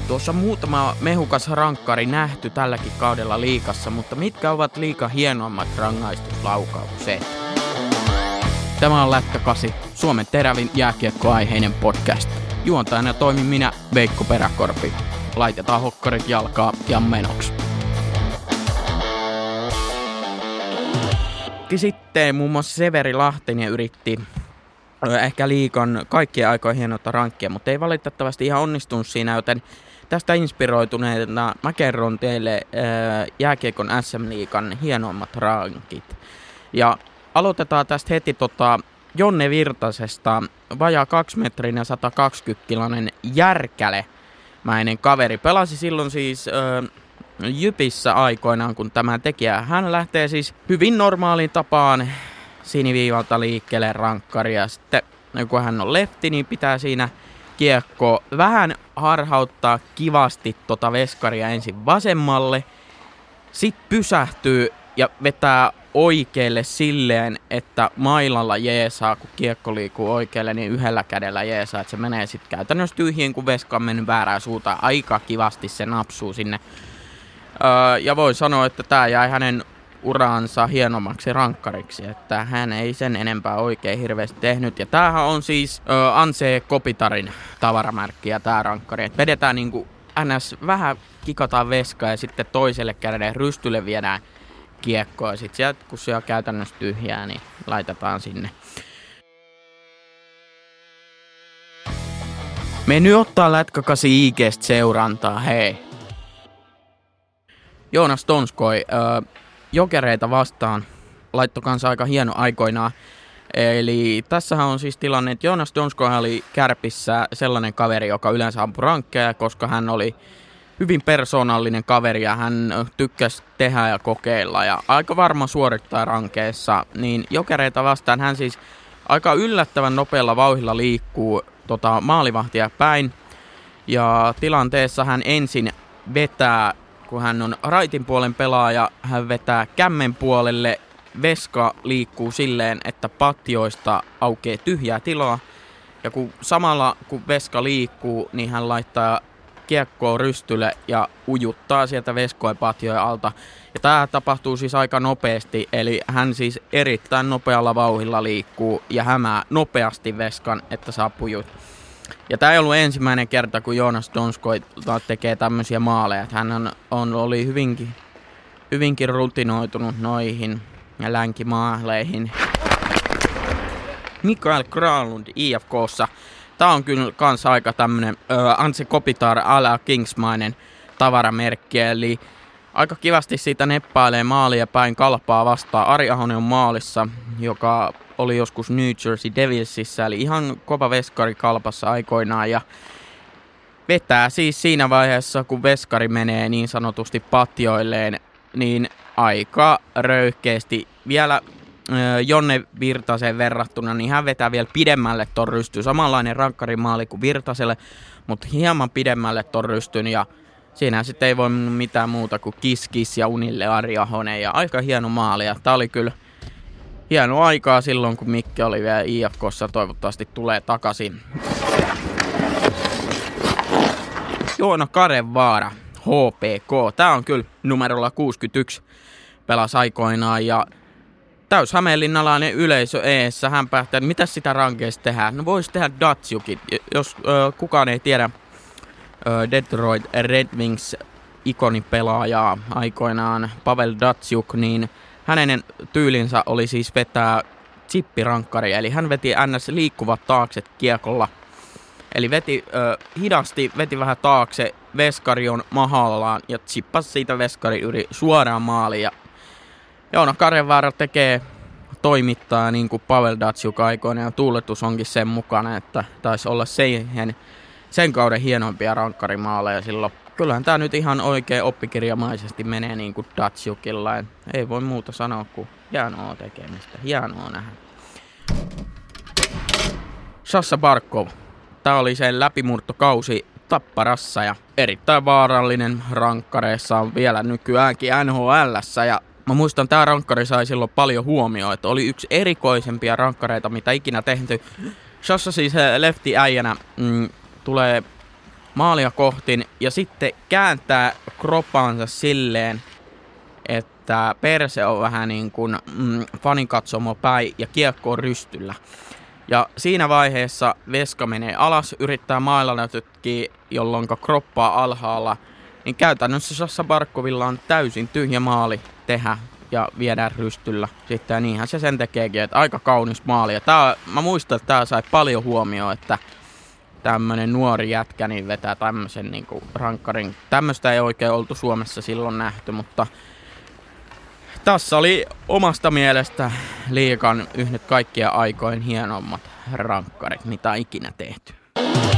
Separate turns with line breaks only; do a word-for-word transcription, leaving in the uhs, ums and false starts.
Tuossa muutama mehukas rankkari nähty tälläkin kaudella liigassa, mutta mitkä ovat liigan hienoimmat rangaistuslaukaukset? Tämä on Lätkä kasi, Suomen terävin jääkiekkoaiheinen podcast. Juontajana toimin minä, Veikko Peräkorpi. Laitetaan hokkarit jalkaa ja menoksi. Sitten muun muassa Severi Lahtinen yritti ehkä liigan kaikkien aikojen hienoutta rankkia, mutta ei valitettavasti ihan onnistunut siinä, joten tästä inspiroituneena mä kerron teille ää, jääkiekon S M-liigan hienoimmat rankit. Ja aloitetaan tästä heti tota Jonne Virtasesta, vajaa kaksimetrinen sata kaksikymmentä kiloinen järkälemäinen kaveri. Pelasi silloin siis ää, Jypissä aikoinaan, kun tämä tekijä. Hän lähtee siis hyvin normaaliin tapaan siniviivalta liikkeelle rankkaria. Sitten kun hän on lefti, niin pitää siinä kiekko vähän harhauttaa kivasti tota veskaria ensin vasemmalle. Sitten pysähtyy ja vetää oikealle silleen, että mailalla jeesaa, kun kiekko liikuu oikealle, niin yhdellä kädellä jeesaa, että se menee sitten käytännössä tyhjiin, kun veska on mennyt väärään suuntaan. Aika kivasti se napsuu sinne. Öö, ja voi sanoa, että tämä jäi hänen uraansa hienommaksi rankkariksi, että hän ei sen enempää oikein hirveästi tehnyt. Ja tämähän on siis ö, Anse Kopitarin tavaramerkki ja tää rankkari. Et vedetään niinku ns. Vähän kikataan veskaa ja sitten toiselle kädelle rystylle viedään kiekkoa. Ja sit sieltä, kun se on käytännössä tyhjää, niin laitetaan sinne. Me nyt ottaa Lätkä kasi I G:stä seurantaa, hei. Joonas Donskoi, ö, Jokereita vastaan laittoi kanssa aika hieno aikoinaan. Eli tässähän on siis tilanne, että Joonas Donskoi oli Kärpissä sellainen kaveri, joka yleensä ampui rankkeja, koska hän oli hyvin persoonallinen kaveri ja hän tykkäsi tehdä ja kokeilla ja aika varma suorittaa rankeessa. Niin Jokereita vastaan hän siis aika yllättävän nopealla vauhdilla liikkuu tota, maalivahtia päin. Ja tilanteessa hän ensin vetää, kun hän on raitin puolen pelaaja, hän vetää kämmen puolelle, veska liikkuu silleen, että patjoista aukeaa tyhjää tilaa. Ja kun samalla kun veska liikkuu, niin hän laittaa kiekkoa rystylle ja ujuttaa sieltä veskojen patjojen alta. Ja tämä tapahtuu siis aika nopeasti, eli hän siis erittäin nopealla vauhdilla liikkuu ja hämää nopeasti veskan, että saa pujut. Ja tämä ei ollut ensimmäinen kerta, kun Joonas Donskoi tekee tämmöisiä maaleja. Hän on, on, oli hyvinkin, hyvinkin rutinoitunut noihin ja länkimaaleihin. Mikael Granlund I F K:ssa. Tämä on kyllä kans aika tämmönen ö, Anse Kopitar ala Kingsmainen tavaramerkki. Eli aika kivasti siitä neppailee maalia päin kalpaa vastaan. Ari Ahonen on maalissa, joka oli joskus New Jersey Devilsissä, eli ihan kova veskari kalpassa aikoinaan, ja vetää siis siinä vaiheessa, kun veskari menee niin sanotusti patjoilleen, niin aika röyhkeästi vielä äh, Jonne Virtaseen verrattuna, niin hän vetää vielä pidemmälle ton rystyn. Samanlainen rankkarimaali kuin Virtaselle, mutta hieman pidemmälle ton rystyn, ja siinä sitten ei voi mitään muuta kuin kiss kiss ja unille Ari Ahonen, ja aika hieno maali, ja tää oli kyllä hieno aikaa silloin, kun Mikke oli vielä I F K:ssa, toivottavasti tulee takaisin. Joona Karevaara, H P K. Tää on kyllä numerolla kuusikymmentäyksi pelas aikoinaan ja täys hämeenlinnalainen yleisö eessä. Hän päättää, että mitä sitä rankeista tehdään. No vois tehdä Datsukit. Jos ö, kukaan ei tiedä ö, Detroit Red Wings ikonipelaajaa aikoinaan, Pavel Datsuk, niin hänen tyylinsä oli siis vetää chippirankkari, eli hän veti ns. Liikkuvat taakse kiekolla. Eli veti ö, hidasti, veti vähän taakse, veskari on mahallaan ja chippasi siitä veskari yli suoraan maaliin. Ja Joona Karevaara tekee, toimittaa niin kuin Pavel Datsuk aikoina ja tuuletus onkin sen mukana, että taisi olla sen, sen kauden hienoimpia rankkarimaaleja silloin. Kyllähän tää nyt ihan oikein oppikirjamaisesti menee niin kuin Datsukilla. Ei voi muuta sanoa kuin hienoa tekemistä. Hienoa nähdä. Sasha Barkov. Tää oli sen läpimurtokausi Tapparassa ja erittäin vaarallinen rankkareissa on vielä nykyäänkin N H L:ssä. Ja mä muistan, tää rankkari sai silloin paljon huomioon, että oli yksi erikoisempia rankkareita, mitä ikinä tehty. Sasha siis lefti äijänä mm, tulee maalia kohti ja sitten kääntää kroppaansa silleen, että perse on vähän niin kuin mm, fanikatsomo päin ja kiekko on rystyllä. Ja siinä vaiheessa Veska menee alas, yrittää mailalla tötkiä, jolloin kroppaa alhaalla. Niin käytännössä Sasha Barkovilla on täysin tyhjä maali tehdä ja viedään rystyllä. Sitten ja niinhän se sen tekeekin, että aika kaunis maali. Ja tää, mä muistan, että tää sai paljon huomioon, että tämmönen nuori jätkä niin vetää tämmösen niinku rankkarin. Tämmöstä ei oikein oltu Suomessa silloin nähty, mutta tässä oli omasta mielestä liigan yhdet kaikkia aikojen hienommat rankkarit, mitä ikinä tehty.